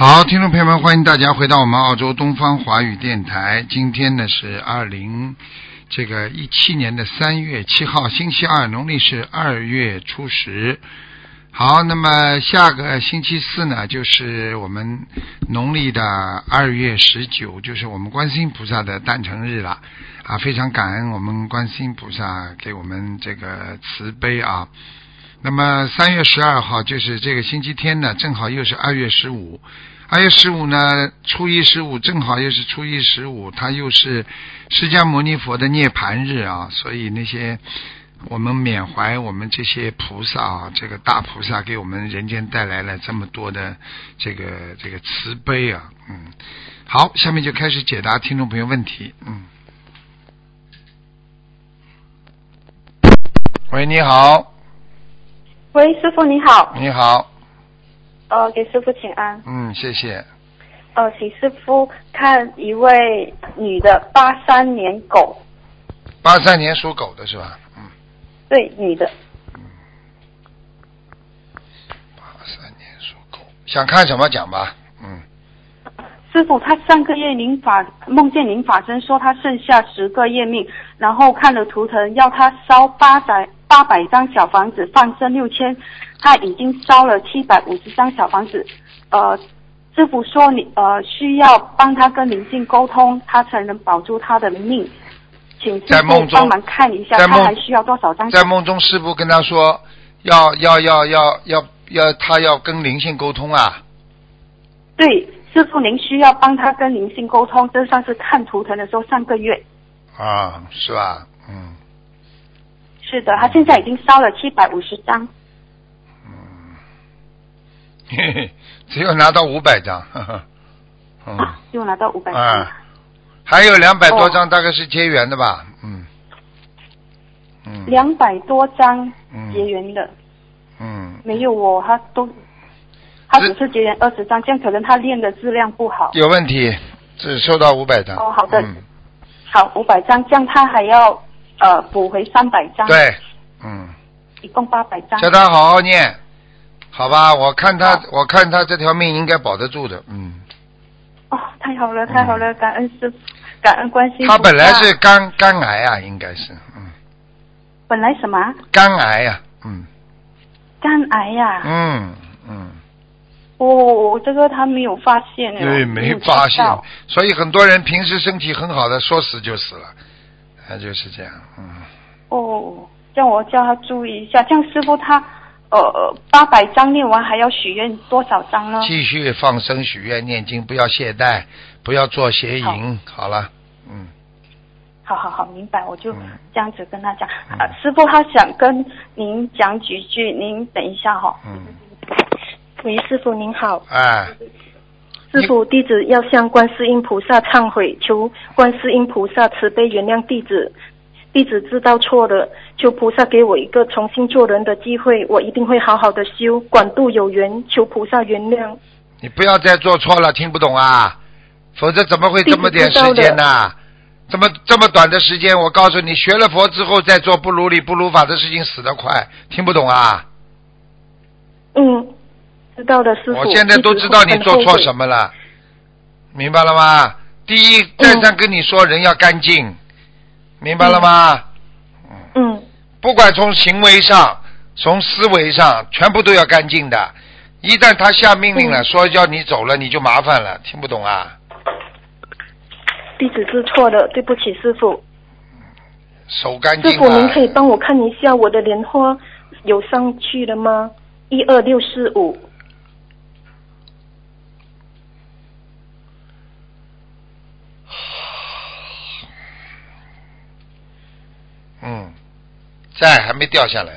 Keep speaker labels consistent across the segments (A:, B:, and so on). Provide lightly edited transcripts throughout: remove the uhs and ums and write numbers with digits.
A: 好，听众朋友们，欢迎大家回到我们澳洲东方华语电台。今天呢是2017年的3月7号，星期二，农历是2月初10。好，那么下个星期四呢，就是我们农历的2月19，就是我们观世音菩萨的诞辰日了啊！非常感恩我们观世音菩萨给我们这个慈悲啊。那么3月12号就是这个星期天呢，正好又是2月15。2月15呢，初一15正好又是初一15，它又是释迦牟尼佛的涅槃日啊，所以那些我们缅怀我们这些菩萨啊，这个大菩萨给我们人间带来了这么多的这个慈悲啊，好，下面就开始解答听众朋友问题，喂，你好。
B: 喂，师傅你好。
A: 你好。
B: 给师傅请安。
A: 谢谢。
B: 请师傅看一位女的83年狗。
A: 83年属狗的是吧？
B: 对，女的。
A: 83年属狗，想看什么讲吧？
B: 师傅，他上个月梦见您法身说他剩下10个月命，然后看了图腾要他烧800张小房子，放生6000，他已经烧了750张小房子。师傅说你需要帮他跟灵性沟通，他才能保住他的命，请师傅帮忙看一下，他还需要多少张？
A: 在梦中，师傅跟他说要他要跟灵性沟通啊。
B: 对。师傅，您需要帮他跟灵性沟通，这上次看图腾的时候上个月。
A: 是吧？
B: 是的，他现在已经烧了750张。
A: 只有拿到500张。
B: 只有拿到500张。
A: 还有200多张，大概是结缘的吧
B: ？200多张结缘的。没有哦，他只是结缘20张，这样可能他练的质量不好。
A: 有问题，只收到500张。
B: 好的。好，500张，这样他还要补回300张。
A: 对。
B: 一共800张。
A: 叫他好好念，好吧？我看他这条命应该保得住的。
B: 太好了，太好了，感恩师父，感恩观世音菩萨。
A: 他本来是肝癌啊，应该是。
B: 本来什么？
A: 肝癌呀。
B: 肝癌呀。这个他没有发现。
A: 对，没发现，所以很多人平时身体很好的，说死就死了，他就是这样。
B: 这样我叫他注意一下。这样师父他800张念完还要许愿多少张呢？
A: 继续放生许愿念经，不要懈怠，不要做邪淫。好了。
B: 好，明白，我就这样子跟他讲。师父他想跟您讲几句，您等一下哈。喂，师父您好。师父，弟子要向观世音菩萨忏悔，求观世音菩萨慈悲原谅弟子。弟子知道错了，求菩萨给我一个重新做人的机会，我一定会好好的修，广度有缘，求菩萨原谅。
A: 你不要再做错了，听不懂啊？否则怎么会这么点时间呢？这么短的时间，我告诉你，学了佛之后再做不如理不如法的事情，死得快，听不懂啊？
B: 知道的，师父。
A: 我现在都知道你做错什么了，明白了吗？第一，再三跟你说，人要干净，明白了吗？不管从行为上，从思维上，全部都要干净的。一旦他下命令了，说叫你走了，你就麻烦了，听不懂啊？
B: 弟子知错了，对不起师父。
A: 手干净。
B: 师父，您可以帮我看一下我的莲花有上去了吗？12645。在，还没掉下来。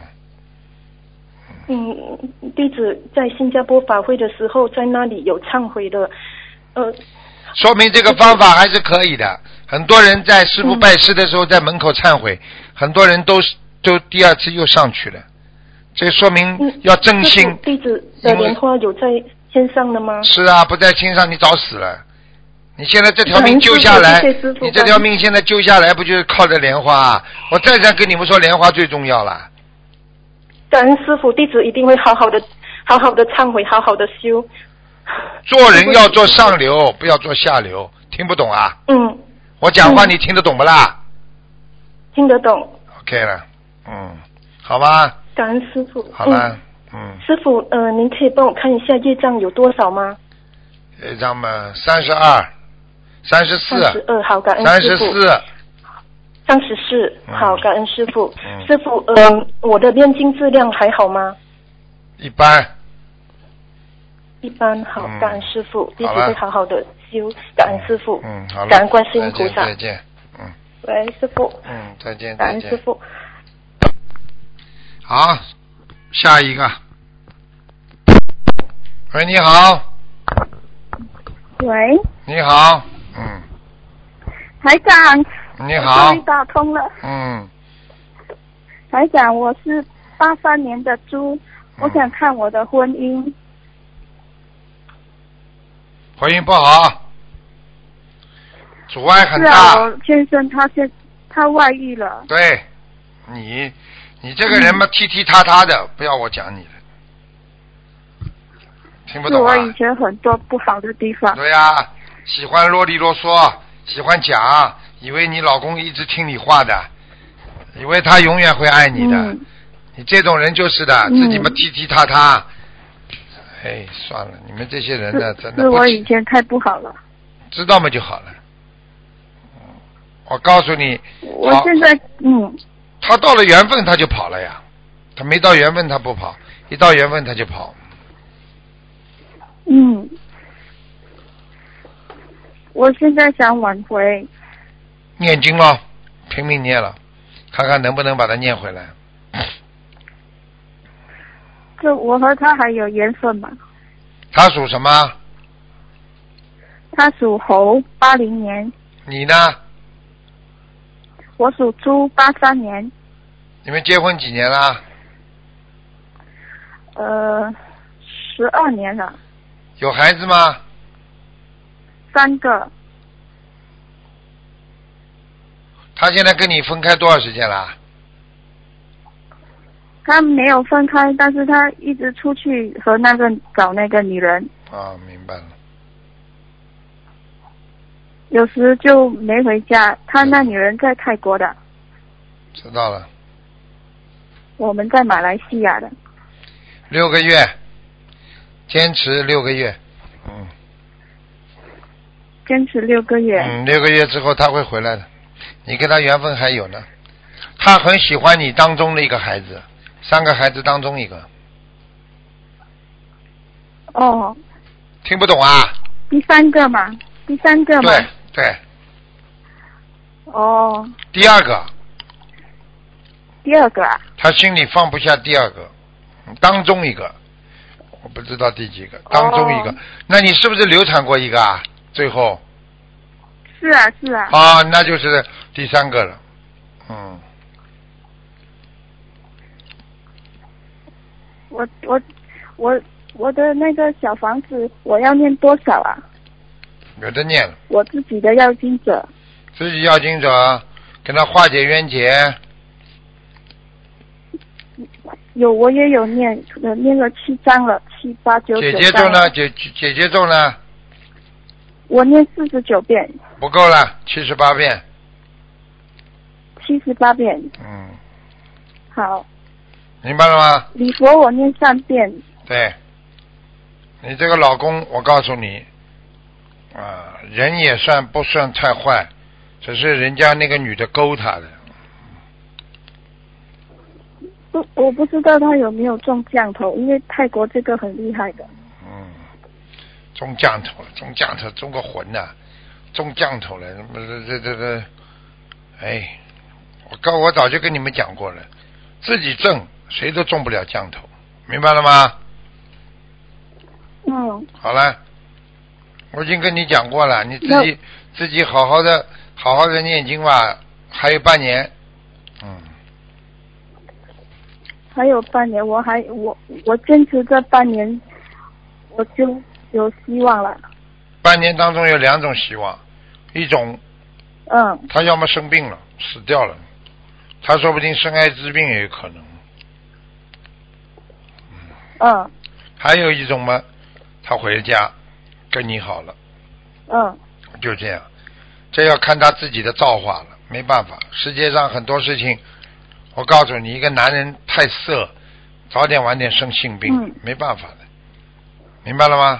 B: 弟子在新加坡法会的时候，在那里有忏悔的。
A: 说明这个方法还是可以的。很多人在师父拜师的时候，在门口忏悔，很多人都第二次又上去了。这说明要真心。
B: 弟子的莲花有在天上的吗？
A: 是啊，不在天上你早死了。你现在这条命救下来，你这条命现在救下来，不就是靠着莲花啊？我再三跟你们说，莲花最重要了。
B: 感恩师父，弟子一定会好好的忏悔，好好的修。
A: 做人要做上流，不要做下流，听不懂啊？我讲话你听得懂不啦？
B: 听得懂。
A: OK 了，好吧。
B: 感恩师父。
A: 好了，
B: 师父，您可以帮我看一下业障有多少吗？
A: 业障嘛，32、34。
B: 32，好，感恩师父。34，好，感恩师父。师父，我的念经质量还好吗？
A: 一般。
B: 一般，好，感恩师父，弟子会好好的修，感恩师父。
A: 好了。
B: 感恩观世音菩萨。
A: 再见。
B: 喂，师父。
A: 再见。
B: 感恩师父。
A: 好，下一个。喂，你好。
C: 喂。
A: 你好。
C: 台长。
A: 你好。
C: 终于打通了。台长，我是83年的猪，我想看我的婚姻。
A: 婚姻不好，阻碍很大。
C: 是啊，我先生他外遇了。
A: 对，你这个人嘛，踢踢踏踏的，不要我讲你的，听不懂啊？
C: 是我以前很多不好的地方。
A: 对呀，喜欢啰里啰嗦，喜欢讲，以为你老公一直听你话的，以为他永远会爱你的。你这种人就是的，自己嘛踢踢踏踏。哎，算了，你们这些人呢，真的
C: 是我以前太不好了。
A: 知道嘛就好了。我告诉你，
C: 我现在
A: 他到了缘分他就跑了呀，他没到缘分他不跑，一到缘分他就跑。
C: 我现在想挽回。
A: 念经咯，拼命念了，看看能不能把它念回来。
C: 这我和他还有缘分吗？
A: 他属什么？
C: 他属猴，80年。
A: 你呢？
C: 我属猪，83年。
A: 你们结婚几年了
C: ？12年了。
A: 有孩子吗
C: ？3个。
A: 他现在跟你分开多少时间了？
C: 他没有分开，但是他一直出去和找那个女人。
A: 明白了。
C: 有时就没回家，他那女人在泰国的。
A: 知道了。
C: 我们在马来西亚的。
A: 6个月，坚持6个月。
C: 坚持6个月。
A: 6个月之后他会回来的，你跟他缘分还有呢。他很喜欢你当中的一个孩子，3个孩子当中一个。听不懂啊？
C: 第三个嘛。
A: 对。第二个。
C: 第二个啊？
A: 他心里放不下第二个，当中一个，我不知道第几个，当中一个。那你是不是流产过一个啊？最后。
C: 是啊。
A: 那就是第3个了。
C: 我的那个小房子我要念多少啊？
A: 有的念了。
C: 我自己的要经者。
A: 自己要经者，跟他化解冤结。
C: 我也有念了7章了，7、8、9、9。
A: 姐姐咒呢？姐姐咒呢？
C: 我念49遍。
A: 不够了，78遍。
C: 78遍。好。
A: 明白了吗？
C: 礼佛我念3遍。
A: 对。你这个老公，我告诉你，人也不算太坏，只是人家那个女的勾他的。
C: 我不知道他有没有中降头，因为泰国这个很厉害的。
A: 中降头，中个魂呐，中降头了，这，哎，我早就跟你们讲过了，自己挣谁都中不了降头，明白了吗？好了，我已经跟你讲过了，你自己好好的念经吧，还有半年。
C: 还有半年，我坚持这半年，我就有希望了。
A: 半年当中有2种希望，一种，他要么生病了死掉了，他说不定生艾滋病也有可能。还有一种嘛， 他回家跟你好了。
C: 嗯。
A: 就这样，这要看他自己的造化了，没办法。世界上很多事情，我告诉你，一个男人太色，早点晚点生性病，没办法的，明白了吗？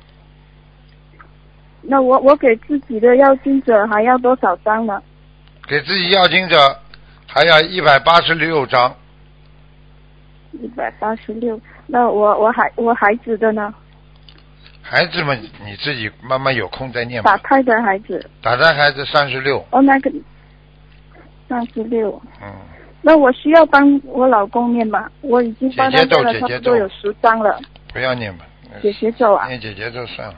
C: 那我给自己的要经者还要多少张呢？
A: 给自己要经者还要186张。
C: 186，那我孩子的呢？
A: 孩子们你自己慢慢有空再念吧。
C: 打胎的孩子。
A: 打胎孩子36。
C: 哦，那个36。那我需要帮我老公念吗？我已经帮他念了差不多有10张了。
A: 不要念吧。
C: 姐姐咒啊。
A: 念姐姐咒算了。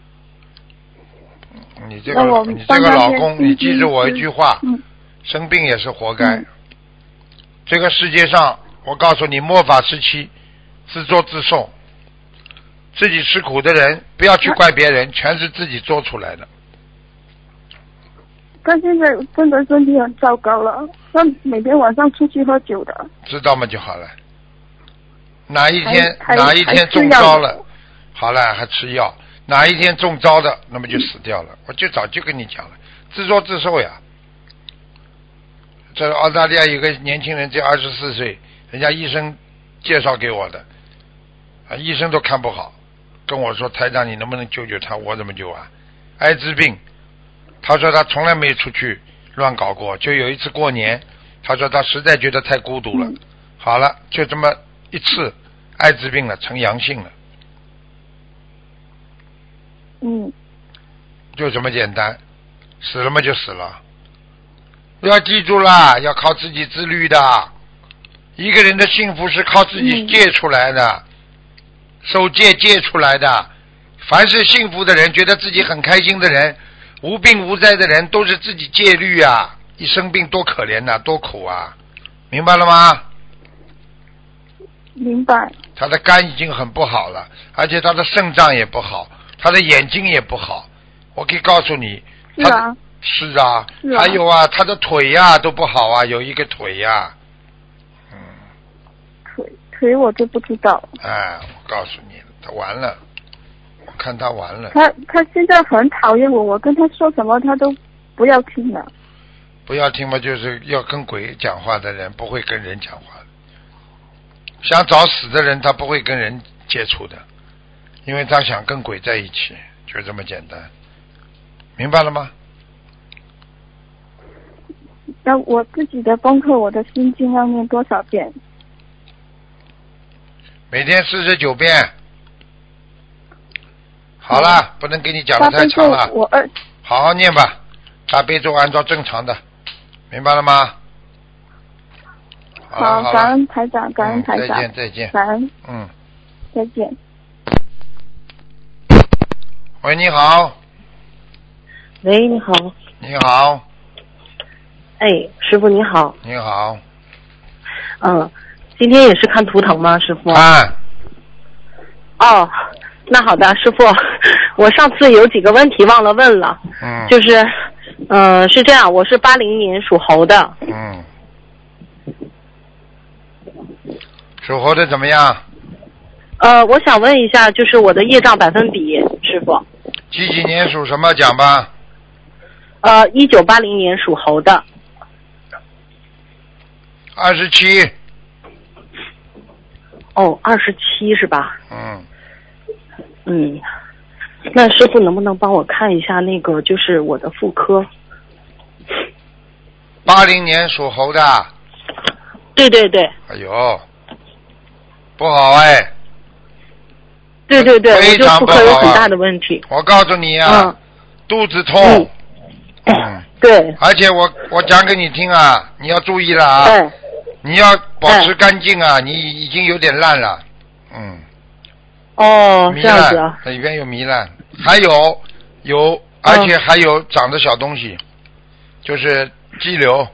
A: 你这个老公，你记住我一句话，生病也是活该。这个世界上，我告诉你，末法时期，自作自受。自己吃苦的人，不要去怪别人，全是自己做出来的。
C: 他现在真的身体很糟糕了，他每天晚上出去喝酒的。
A: 知道吗就好了。哪一天中招了，好了还吃药，哪一天中招的，那么就死掉了。我就早就跟你讲了，自作自受呀。这澳大利亚有个年轻人，只有24岁，人家医生介绍给我的，医生都看不好。跟我说台长你能不能救救他，我怎么救啊？艾滋病，他说他从来没出去乱搞过，就有一次过年，他说他实在觉得太孤独了，好了就这么一次艾滋病了，成阳性了。就这么简单，死了嘛就死了。要记住啦，要靠自己自律的，一个人的幸福是靠自己借出来的，受戒出来的。凡是幸福的人，觉得自己很开心的人，无病无灾的人，都是自己戒律啊。一生病多可怜啊，多苦啊，明白了吗？
C: 明白。他
A: 的肝已经很不好了，而且他的肾脏也不好，他的眼睛也不好。我可以告诉你，是啊，还有啊，他的腿呀都不好啊，有一个腿呀。
C: 腿我就不知道。
A: 我告诉你，他完了，我看他完了。
C: 他现在很讨厌我，我跟他说什么他都不要听了。
A: 不要听嘛，就是要跟鬼讲话的人不会跟人讲话的。想找死的人他不会跟人接触的，因为他想跟鬼在一起，就这么简单，明白了吗？
C: 那我自己的功课，我的心经要念多少遍？
A: 每天49遍。好了，不能给你讲的太长了。好好念吧，大悲咒按照正常的，明白了吗？
C: 好，感恩台长，感恩台长，
A: 再见，
C: 感恩，再见。
A: 喂，你好。
D: 喂，你好。
A: 你好。
D: 哎，师傅你好。
A: 你好。
D: 今天也是看图腾吗，师傅？
A: 哦，
D: 那好的，师傅，我上次有几个问题忘了问了。就是是这样，我是80年属猴的。
A: 属猴的怎么样？
D: 我想问一下，就是我的业障百分比，师傅。
A: 几年属什么讲吧
D: ？1980年属猴的。
A: 27。
D: 27是吧？那师傅能不能帮我看一下那个就是我的妇科
A: ？80年属猴的。
D: 对。
A: 哎呦，不好哎。
D: 对，我就妇科有很大的问题。
A: 我告诉你啊，肚子痛。
D: 对。
A: 而且我讲给你听啊，你要注意了啊。你要保持干净啊，你已经有点烂了。
D: 这样子啊。
A: 里边有糜烂，还有，而且还有长的小东西，就是肌瘤。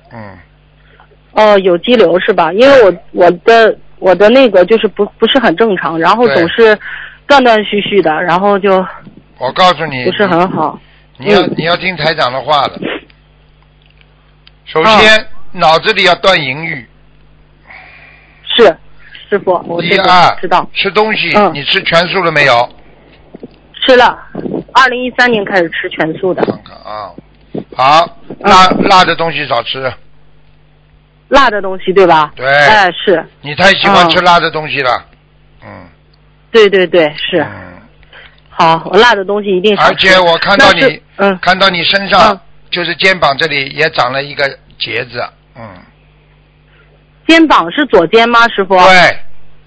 D: 有肌瘤是吧？因为我的那个就是不是很正常，然后总是断断续续的，然后就
A: 我告诉你
D: 不是很好。
A: 你要听台长的话的。首先脑子里要断淫欲。
D: 是师傅，我这个知道。
A: 吃东西，你吃全素了没有？
D: 吃了，2013年开始吃全素的。
A: 看看啊，好，辣的东西少吃。
D: 辣的东西对吧？
A: 对。
D: 哎，是。
A: 你太喜欢吃辣的东西了。
D: 对对对，是。好，我辣的东西一定少吃。
A: 而且我看到你，看到你身上就是肩膀这里也长了一个结子，
D: 肩膀是左肩吗，师傅？
A: 对。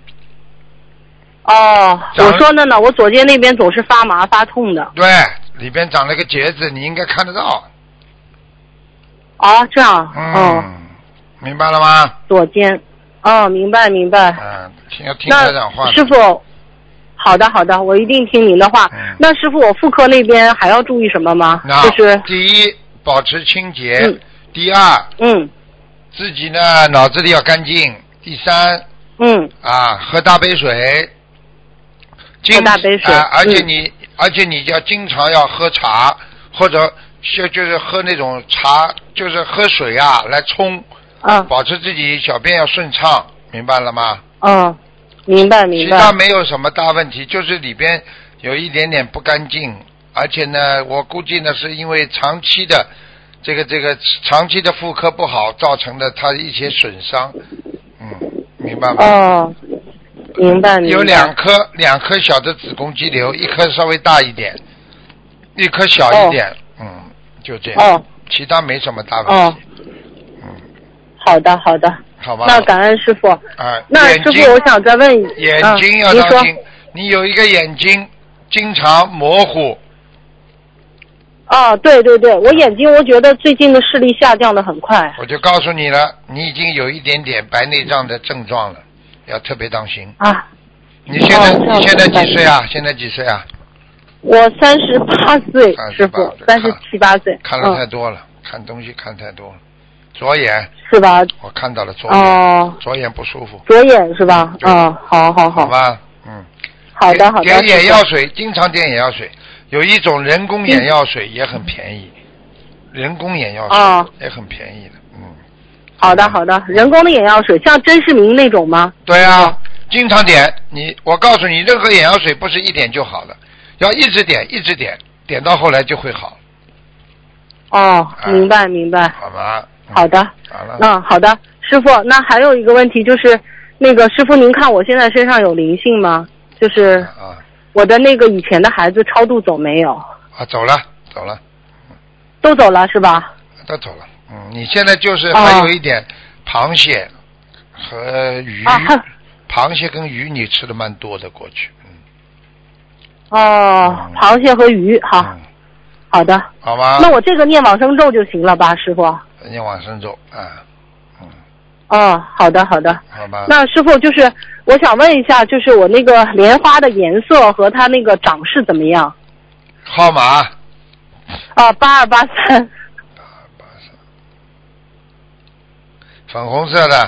D: 哦，我说的呢，我左肩那边总是发麻发痛的。
A: 对，里边长了个结子，你应该看得到。
D: 哦，这样。
A: 明白了吗？
D: 左肩。明白明白。
A: 要听台长话。
D: 师傅，好的好的，我一定听您的话。那师傅，我妇科那边还要注意什么吗？就是
A: 第一，保持清洁。第二，自己呢脑子里要干净。第三，喝大杯水。
D: 喝大杯水。
A: 而且你要经常要喝茶，或者就是喝那种茶，就是喝水啊来冲。保持自己小便要顺畅，明白了吗？
D: 明白明白。
A: 其他没有什么大问题，就是里边有一点点不干净，而且呢，我估计呢是因为长期的这个长期的妇科不好造成的它一些损伤，明白吗？
D: 明白明白。
A: 有两颗小的子宫肌瘤，一颗稍微大一点，一颗小一点，就这样。其他没什么大问题。
D: 好的好的。
A: 好吧。
D: 那感恩师傅。那师傅，我想再问
A: 眼睛要当心，你有一个眼睛经常模糊。
D: 对对对，我眼睛我觉得最近的视力下降的很快。
A: 我就告诉你了，你已经有一点点白内障的症状了，要特别当心。你现在几岁啊？现在几岁啊？
D: 我38岁，师傅，37、8岁。
A: 看了太多了，看东西看太多了。左眼
D: 是吧？
A: 我看到了左眼，左眼不舒服。
D: 左眼是吧？好。
A: 好吧，
D: 好的。
A: 点眼药水，经常点眼药水，有一种人工眼药水也很便宜，人工眼药水也很便宜的，
D: 好的，人工的眼药水，像珍视明那种吗？
A: 对啊，经常点。我告诉你，任何眼药水不是一点就好的，要一直点，点到后来就会好。
D: 明白。
A: 好吧。
D: 好的，好的，师傅，那还有一个问题就是那个师傅，您看我现在身上有灵性吗？就是我的那个以前的孩子超度走没有？
A: 走了。
D: 都走了是吧？
A: 都走了。你现在就是还有一点螃蟹和鱼，螃蟹跟鱼你吃的蛮多的过去。
D: 螃蟹和鱼，好的。
A: 好吧。
D: 那我这个念往生咒就行了吧，师傅？
A: 念往生咒，
D: 好的。
A: 好吧。
D: 那师傅就是我想问一下，就是我那个莲花的颜色和它那个长势怎么样？
A: 号码
D: 8283。
A: 粉红色的。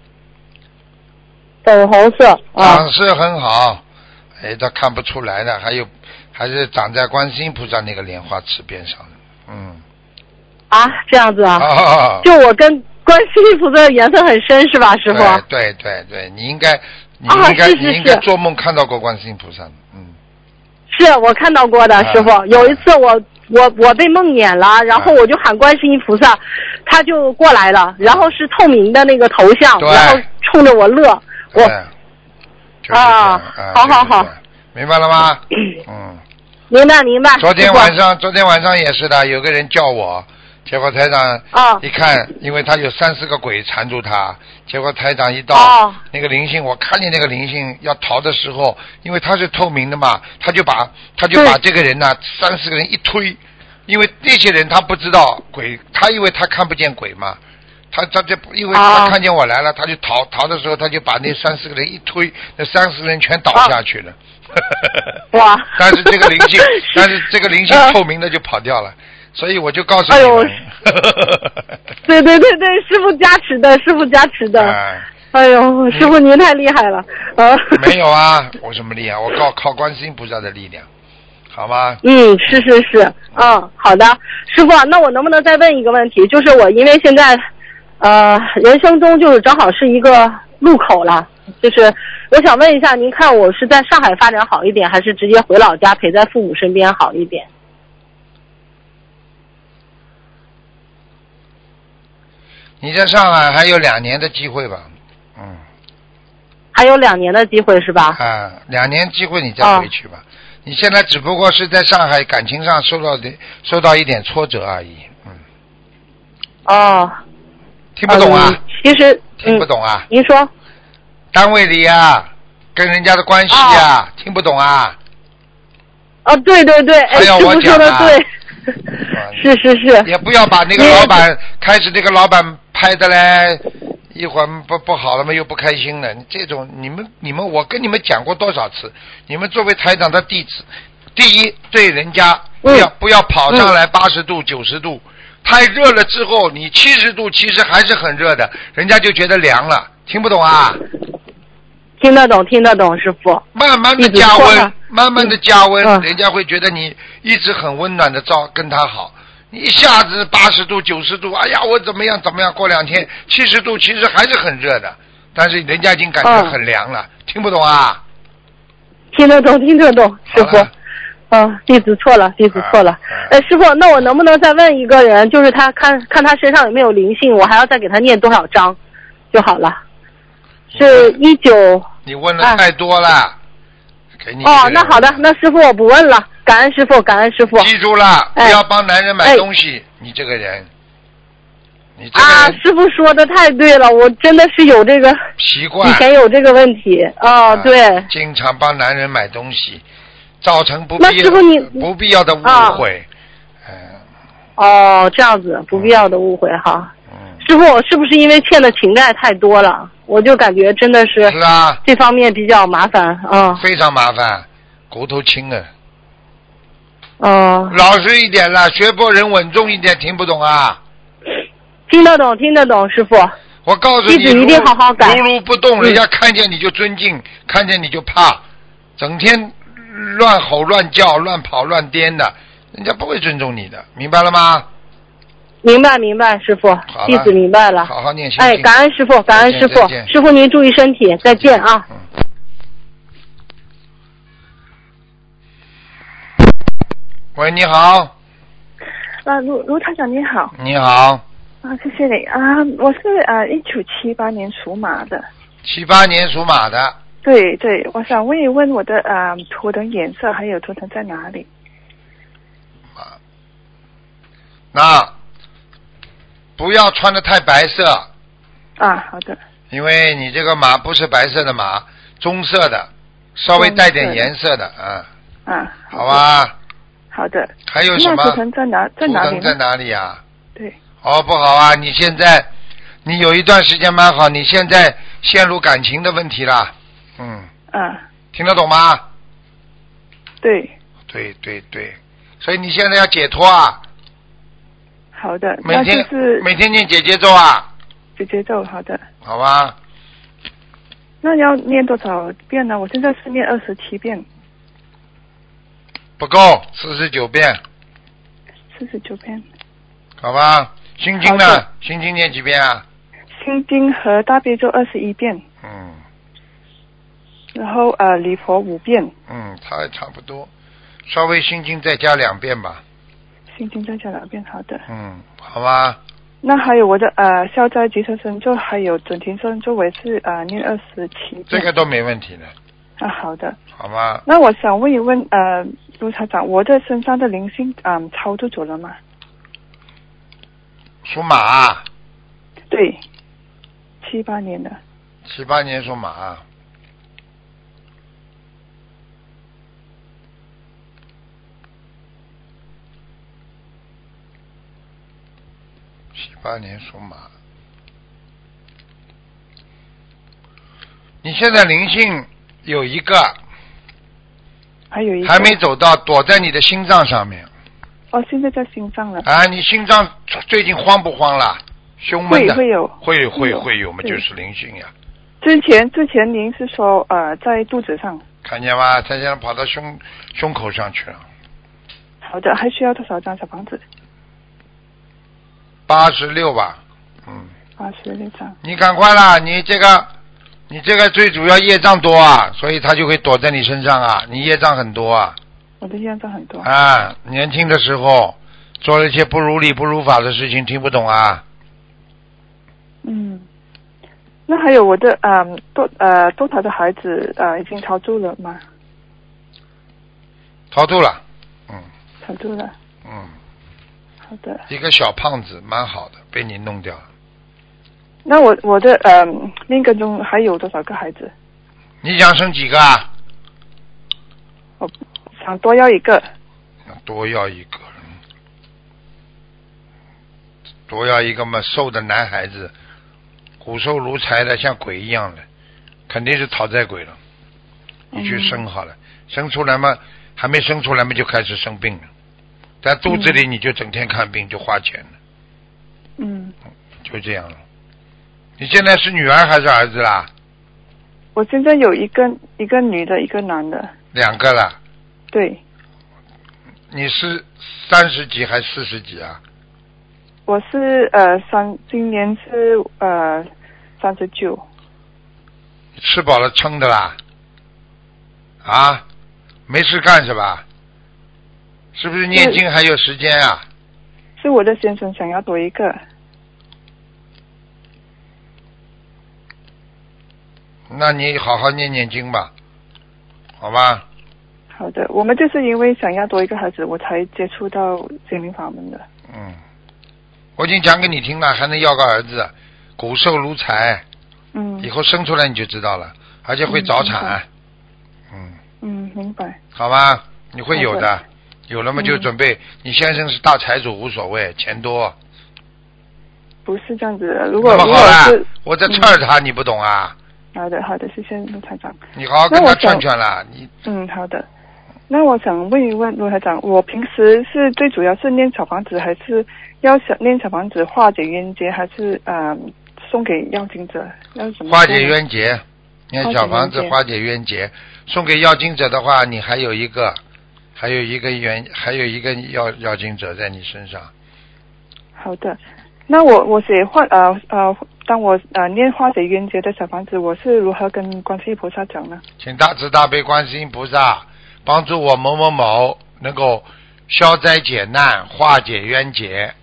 D: 粉红色。
A: 长势很好，它看不出来的，还是长在观世音菩萨那个莲花池边上的。
D: 这样子就我跟观世音菩萨的缘分很深是吧，师傅？
A: 对，你应该做梦看到过观世音菩萨的。
D: 是我看到过的，师傅。有一次我被梦魇了，然后我就喊观世音菩萨，他就过来了，然后是透明的那个头像，然后冲着我乐。好，
A: 明白了吗？
D: 明白。
A: 昨天晚上也是的，有个人叫我，结果台长一看，因为他有3、4个鬼缠住他，结果台长一到，那个灵性，我看见那个灵性要逃的时候，因为他是透明的嘛，他就把这个人呢3、4个人一推，因为那些人他不知道鬼，他以为他看不见鬼嘛，他就因为他看见我来了，他就逃的时候，他就把那3、4个人一推，那3、4个人全倒下去了。
D: 哇！
A: 但是这个灵性透明的就跑掉了，所以我就告诉你们。
D: 对，师父加持的。哎呦，师父您太厉害了。
A: 没有啊，我什么厉害？我靠观世音菩萨的力量，好吗？
D: 是。好的，师父，那我能不能再问一个问题？就是我因为现在人生中就是正好是一个路口了。 就是我想问一下，您看我是在上海发展好一点，还是直接回老家陪在父母身边好一点？
A: 你在上海还有2年的机会吧？
D: 还有2年的机会是吧
A: ？2年机会你再回去吧。你现在只不过是在上海感情上受到一点挫折而已。听不懂啊？
D: 其实
A: 听不懂啊？
D: 您说。
A: 单位里啊，跟人家的关系啊，听不懂啊？
D: 对对对，
A: 还要我讲啊？
D: 是是是。
A: 也不要把那个老板开始那个老板拍的嘞，一会儿不好了嘛，又不开心了。这种你们，我跟你们讲过多少次？你们作为台长的弟子，第一对人家不要跑上来80度、90度，太热了之后，你70度其实还是很热的，人家就觉得凉了，听不懂啊？
D: 听得懂，听得懂，师傅。
A: 慢慢的加温，慢慢的加温，人家会觉得你一直很温暖的跟他好。你一下子80度、90度，哎呀，我怎么样？过2天70度，其实还是很热的，但是人家已经感觉很凉了，听不懂啊？
D: 听得懂，听得懂，师傅。弟子错了，弟子错了。师傅，那我能不能再问一个人，就是他看他身上有没有灵性，我还要再给他念多少章就好了？是19。你
A: 问的太多了，给你。
D: 那好的，那师傅我不问了，感恩师傅，感恩师傅。
A: 记住了，不要帮男人买东西，你这个人。
D: 师傅说的太对了，我真的是有这个
A: 习惯，
D: 以前有这个问题。对。
A: 经常帮男人买东西，造成不必要的误会。
D: 这样子，不必要的误会哈。师傅，是不是因为欠的情债太多了？我就感觉真的是这方面比较麻烦
A: 非常麻烦，骨头轻了。
D: 老
A: 实一点了，学佛人稳重一点，听不懂啊？
D: 听得懂，听得懂，师傅。
A: 我告诉你，
D: 弟子一定好好改。
A: 如如不动，人家看见你就尊敬，看见你就怕，整天乱吼乱叫、乱跑乱颠的，人家不会尊重你的，明白了吗？
D: 明白明白，师傅，弟子明白了。
A: 好好念心经。
D: 感恩师傅，感恩师傅，师傅您注意身体，再见啊。
A: 喂，你好。
C: 卢台长你好。
A: 你好。
C: 谢谢你我是1978年属马的。
A: 78年属马的。
C: 对对，我想问一问我的图腾颜色还有图腾在哪里？
A: 不要穿得太白色。
C: 好的。
A: 因为你这个马不是白色的马，棕色的，稍微带点颜色的好吧。
C: 好的。
A: 还有什么？
C: 图腾在哪里？
A: 图腾在哪里啊？
C: 对。
A: 不好啊！你有一段时间蛮好，你现在陷入感情的问题了。听得懂吗？
C: 对。
A: 对对对，所以你现在要解脱啊。
C: 好的。
A: 每天念姐姐咒啊。
C: 姐姐咒，好的。
A: 好吧。
C: 那要念多少遍呢？我现在是念27遍。
A: 不够，49遍。
C: 49遍。
A: 好吧。心经呢？心经念几遍啊？
C: 心经和大悲咒21遍。然后礼佛5遍。
A: 它还差不多，稍微心经再加2遍吧。
C: 心经再加2遍，好的。
A: 好吧。
C: 那还有我的消灾吉祥神咒还有准提神咒，我也是念27遍。
A: 这个都没问题的。
C: 好的。
A: 好吧。
C: 那我想问一问卢台长，我的身上的灵性超度走了吗？
A: 属马。
C: 对，78年的。
A: 78年属马。78年属马。你现在灵性有一个，
C: 还有一个
A: 还没走到，躲在你的心脏上面。
C: 现在在心脏了。
A: 你心脏最近慌不慌啦？胸闷的。
C: 会有。
A: 会有嘛，就是灵性呀。
C: 之前您是说在肚子上。
A: 看见吗？他现在跑到胸口上去了。
C: 好的，还需要多少张小房子
A: ？86吧。
C: 86张。
A: 你赶快啦！你这个你这个最主要业障多啊，所以他就会躲在你身上啊，你业障很多啊。
C: 我的业障很多。
A: 啊，年轻的时候做了一些不如理不如法的事情，听不懂啊。
C: 那还有我的多塔的孩子已经超度了吗？
A: 超度了，
C: 超度了。好的。
A: 一个小胖子蛮好的，被你弄掉了。
C: 那我的另一个中还有多少个孩子？
A: 你想生几个啊？
C: 我想多要一个。
A: 多要一个，多要一个嘛，瘦的男孩子，骨瘦如柴的，像鬼一样的，肯定是讨债鬼了。你去生好了，生出来嘛，还没生出来嘛就开始生病了，在肚子里你就整天看病，就花钱了。就这样了。你现在是女儿还是儿子啦？
C: 我现在有一个女的，一个男的。2
A: 个了。
C: 对。
A: 你是30几还是40几啊？
C: 我是今年是39。
A: 吃饱了撑的啦？啊？没事干是吧？是不是念经还有时间啊？
C: 是我的先生想要多一个。
A: 那你好好念念经吧，好吧？
C: 好的，我们就是因为想要多一个孩子，我才接触到心灵法门的。
A: 我已经讲给你听了，还能要个儿子，骨瘦如柴。以后生出来你就知道了，而且会早产。
C: 明白。
A: 好吧，你会有的，有了嘛就准备。你先生是大财主无所谓，钱多。
C: 不是这样子的，如果
A: 是我在劝他，你不懂啊？
C: 好的，谢谢陆台长。
A: 你好好跟他劝劝了，你。
C: 好的。那我想问一问陆台长，我平时是最主要是念小房子，还是要念小房子化解冤结，还是送给要经者？要怎么
A: 化解冤结，念小房子化解冤结。送给要经者的话，你还有一个要经者在你身上。
C: 好的。那我写当我念化解冤结的小房子，我是如何跟观世音菩萨讲呢？
A: 请大慈大悲观世音菩萨帮助我某某某能够消灾解难，化解冤结。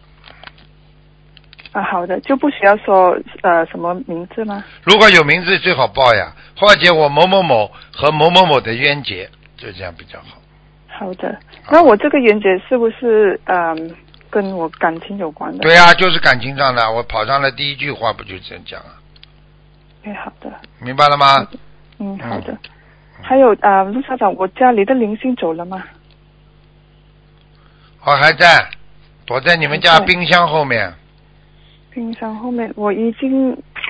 C: 好的，就不需要说什么名字吗？
A: 如果有名字最好报呀，化解我某某某和某某某的冤结，就这样比较好。
C: 好的，那我这个冤结是不是跟我感情有关的？
A: 对啊，就是感情上的。我跑上来第一句话不就这样讲啊？
C: 好的。
A: 明白了吗？
C: 好的。还有陆校长，我家里的灵性走了吗？
A: 还在，躲在你们家冰箱后面。
C: 冰箱后面，我已经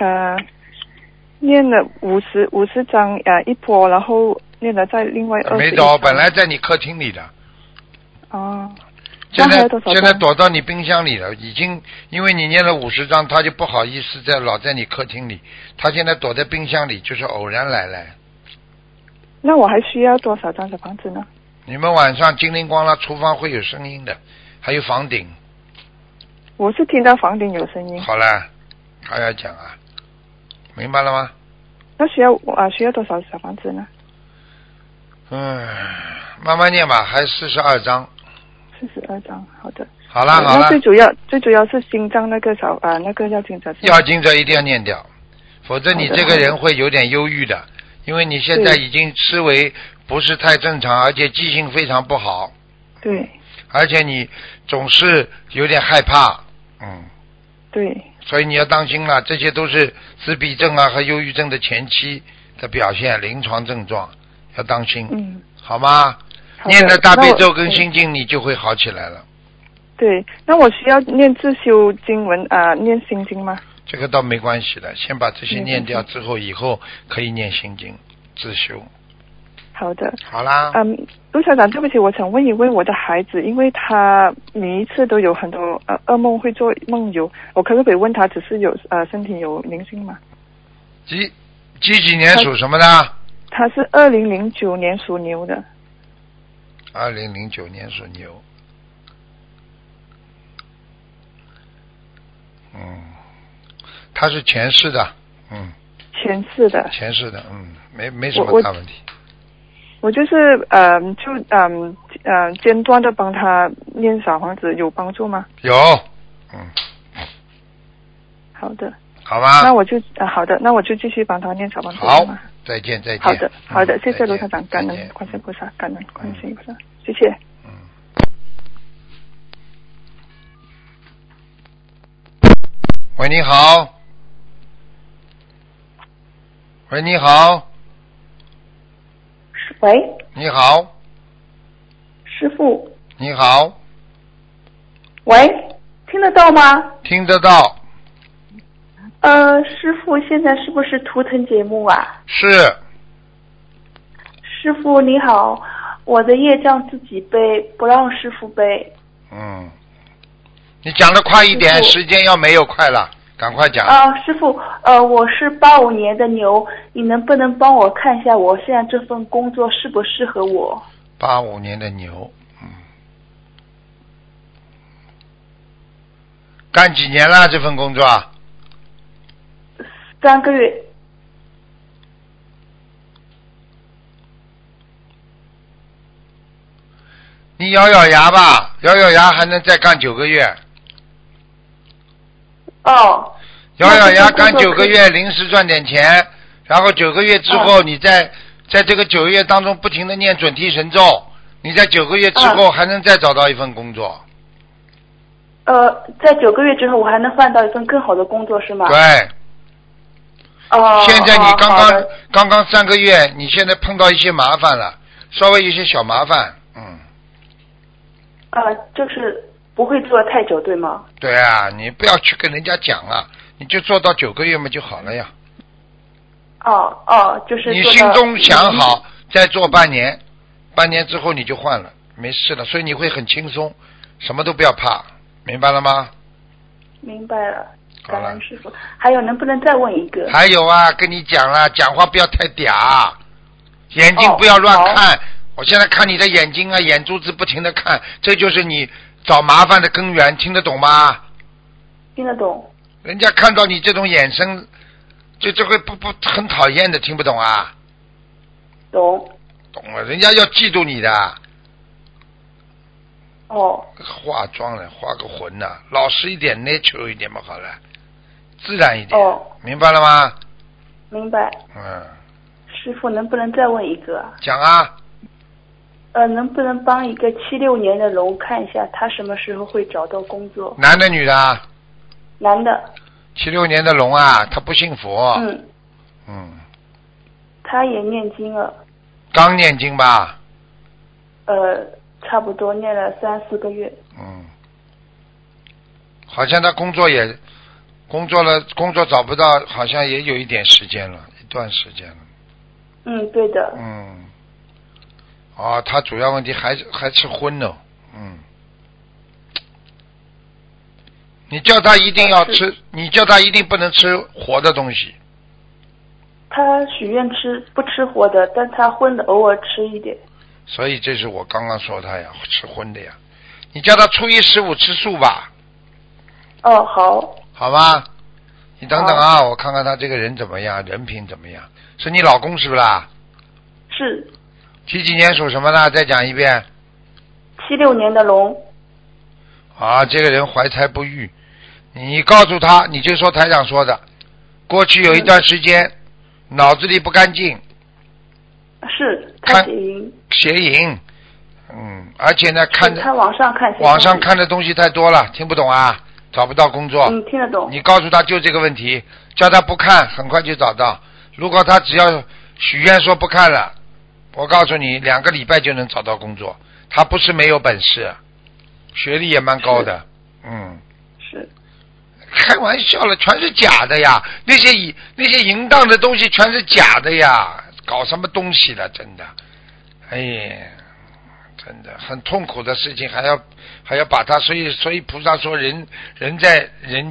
C: 念了50张一波，然后念了在另外20。
A: 没走，本来在你客厅里的。现在躲到你冰箱里了，已经因为你念了50张，他就不好意思老在你客厅里，他现在躲在冰箱里，就是偶然来。
C: 那我还需要多少张小房子呢？
A: 你们晚上精灵光了，厨房会有声音的，还有房顶。
C: 我是听到房顶有声音。
A: 好了，还要讲啊，明白了吗？
C: 那需要多少小房子呢？
A: 慢慢念吧，还42张。
C: 42张，好的。
A: 好了。
C: 那最主要是心脏那个那个要经者。
A: 要经者一定要念掉，否则你这个人会有点忧郁的，因为你现在已经思维不是太正常，而且记性非常不好。
C: 对。
A: 而且你总是有点害怕。
C: 对。所
A: 以你要当心了，这些都是自闭症啊和忧郁症的前期的表现，临床症状，要当心。好吗？念的大悲咒跟心经，你就会好起来了。
C: 对，那我需要念自修经文念心经吗？
A: 这个倒没关系的，先把这些念掉之后，以后可以念心经自修。
C: 好的。
A: 好啦。
C: 陆校长，对不起，我想问一问我的孩子，因为他每一次都有很多噩梦，会做梦游，我可不可以问他，只是有身体有灵性吗？
A: 几年属什么的？
C: 他是2009年属牛的。
A: 2009年属牛。他是前世的。
C: 前世的，
A: 没什么大问题。
C: 我就是间断的帮他念小房子，有帮助吗？
A: 有，
C: 好的。
A: 好吧。
C: 那我就好的，那我就继续帮他念小房子。
A: 好，再见。
C: 好的，谢谢卢台长，感恩观世菩萨，感恩观世菩萨，谢谢。
A: 喂，你好。喂，你好。
B: 喂。
A: 你好。
B: 师父。
A: 你好。
B: 喂，听得到吗？
A: 听得到。
B: 师父，现在是不是图腾节目啊？
A: 是。
B: 师父你好，我的业障自己背，不让师父背。
A: 你讲得快一点，时间要没有快了，赶快讲。
B: 师父，我是85年的牛，你能不能帮我看一下我现在这份工作适不适合我
A: ？85年的牛，干几年了这份工作
B: ？3个月。
A: 你咬咬牙吧，咬咬牙还能再干9个月。咬咬牙干9个月，临时赚点钱，然后9个月之后，你在这个9个月当中不停的念准提神咒，你在9个月之后还能再找到一份工作。
B: 在9个月之后，我还能换到一份更好的工作，是吗？
A: 对。现在你刚刚3个月，你现在碰到一些麻烦了，稍微有些小麻烦，
B: 就是不会做太久，对吗？
A: 对啊，你不要去跟人家讲啊，你就做到9个月嘛就好了呀。
B: 就是
A: 你心中想好，再做半年，半年之后你就换了，没事了，所以你会很轻松，什么都不要怕，明白了吗？
B: 明白了，感恩师父。还有，能不能再问一个？
A: 还有啊，跟你讲了，讲话不要太嗲，眼睛不要乱看。我现在看你的眼睛啊，眼珠子不停的看，这就是你找麻烦的根源，听得懂吗？
B: 听得懂。
A: 人家看到你这种眼神，就会不很讨厌的，听不懂啊？
B: 懂
A: 了，人家要嫉妒你的。化妆了，化个魂呐，老实一点 ，natural 一点嘛，好了，自然一点。明白了吗？
B: 明白。师父，能不能再问一个？
A: 讲啊。
B: 能不能帮一个76年的龙看一下，他什么时候会找到工作？
A: 男的女的？
B: 男的。
A: 76年的龙啊，他不信佛。
B: 他也念经了。
A: 刚念经吧？
B: 差不多念了3-4个月。
A: 好像他工作找不到，好像也有一点时间了，一段时间了。
B: 对的。
A: 他主要问题还吃荤呢。你叫他一定要吃，你叫他一定不能吃活的东西。
B: 他许愿不吃活的，但他荤的偶尔吃一点。
A: 所以这是我刚刚说他呀，吃荤的呀。你叫他初一15吃素吧。
B: 好。
A: 好吧，你等等啊，我看看他这个人怎么样，人品怎么样。是你老公是不啦？
B: 是。
A: 几年属什么的？再讲一遍。
B: 76年的龙。
A: 这个人怀才不遇，你告诉他，你就说台长说的，过去有一段时间脑子里不干净。
B: 是他邪淫。
A: 而且呢，
B: 他网上
A: 看的东西太多了，听不懂啊，找不到工作。
B: 听得懂。
A: 你告诉他就这个问题，叫他不看，很快就找到。如果他只要许愿说不看了，我告诉你2个礼拜就能找到工作。他不是没有本事，学历也蛮高的。
B: 是。
A: 开玩笑了，全是假的呀！那些淫荡的东西全是假的呀！搞什么东西了，真的，真的很痛苦的事情，还要把它，所以菩萨说人在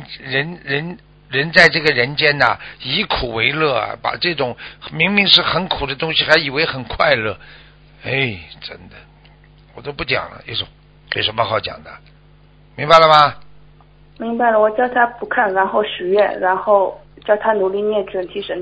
A: 这个人间呐，以苦为乐啊，把这种明明是很苦的东西，还以为很快乐，真的，我都不讲了，有什么好讲的？明白了吗？
B: 明白了，我叫他不看，然后许愿，然后叫他努力念准提神咒。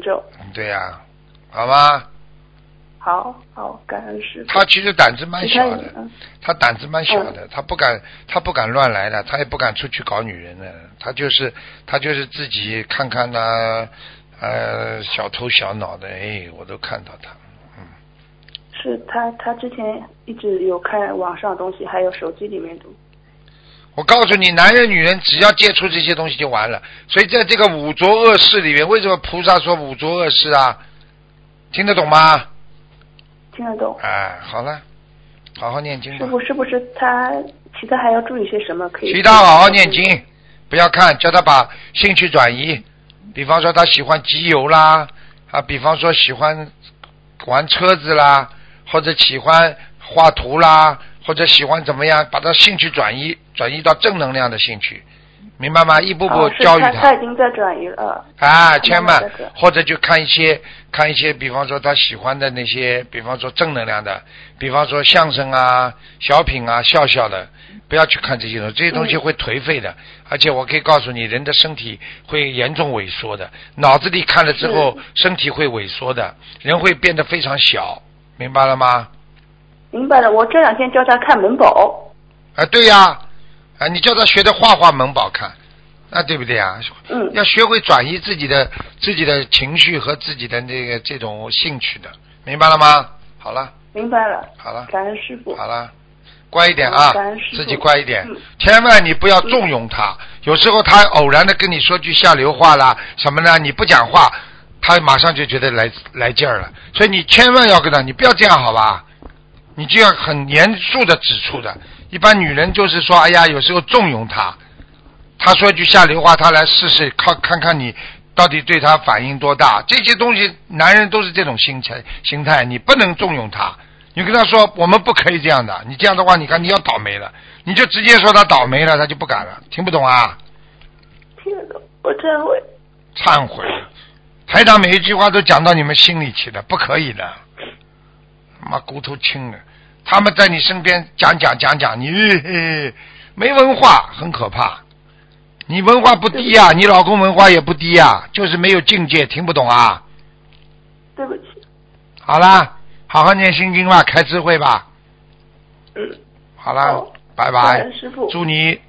A: 对呀，好吧。
C: 好，感恩师父。
A: 他其实胆子蛮小的，他胆子蛮小的，他不敢乱来的，他也不敢出去搞女人的，他就是自己看看呐，小头小脑的，我都看到他，
C: 是他之前一直有看网上的东西，还有手机里面的。
A: 我告诉你，男人女人只要接触这些东西就完了。所以在这个五浊恶世里面，为什么菩萨说五浊恶世啊？听得懂吗？
C: 听得懂。
A: 好了，好好念经吧。
C: 师父，是不是他其他还要注意些什么？可以。
A: 其他好好念经，不要看，叫他把兴趣转移。比方说他喜欢集邮啦，比方说喜欢玩车子啦，或者喜欢画图啦，或者喜欢怎么样，把他兴趣转移到正能量的兴趣。明白吗？一步步教育
C: 他已经在转移了。
A: 千万，或者就看一些，比方说他喜欢的那些，比方说正能量的，比方说相声啊、小品啊、笑的，不要去看这些东西，这些东西会颓废的，而且我可以告诉你，人的身体会严重萎缩的，脑子里看了之后，身体会萎缩的，人会变得非常小，明白了吗？
C: 明白了，我这两天教他看门宝。
A: 对呀。你叫他学的画门宝看，对不对啊？要学会转移自己的情绪和自己的这种兴趣的，明白了吗？好了。
C: 明白了。
A: 好了。
C: 感恩师父。
A: 好了，乖一点啊，自己乖一点，千万你不要纵容他。有时候他偶然的跟你说句下流话啦，什么呢？你不讲话，他马上就觉得来劲儿了。所以你千万要跟他，你不要这样好吧？你就要很严肃的指出的。一般女人就是说，哎呀，有时候纵容他说一句下流话，他来试试，看看你到底对他反应多大。这些东西，男人都是这种心态，你不能纵容他。你跟他说，我们不可以这样的，你这样的话，你看你要倒霉了，你就直接说他倒霉了，他就不敢了。听不懂啊？
C: 听得懂，我忏悔。
A: 忏悔，台长每一句话都讲到你们心里去了，不可以的。妈骨头轻了。他们在你身边讲，你没文化，很可怕。你文化不低啊，你老公文化也不低啊，就是没有境界，听不懂啊。
C: 对不起。
A: 好啦，好好念心经吧，开智慧吧。好啦，拜拜。
C: 师父，
A: 祝你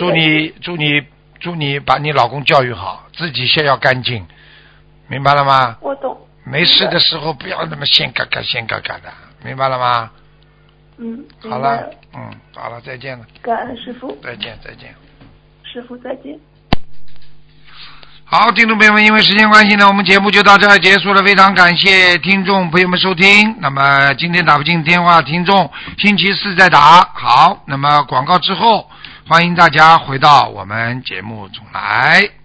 A: 把你老公教育好，自己先要干净，明白了吗？
C: 我懂。
A: 没事的时候不要那么先嘎嘎的，明白了吗？好了，好了，再见了。
C: 感恩师父。
A: 再见。
C: 师父再见。
A: 好，听众朋友们，因为时间关系呢，我们节目就到这儿结束了。非常感谢听众朋友们收听。那么今天打不进电话，听众星期四再打。好，那么广告之后，欢迎大家回到我们节目中来。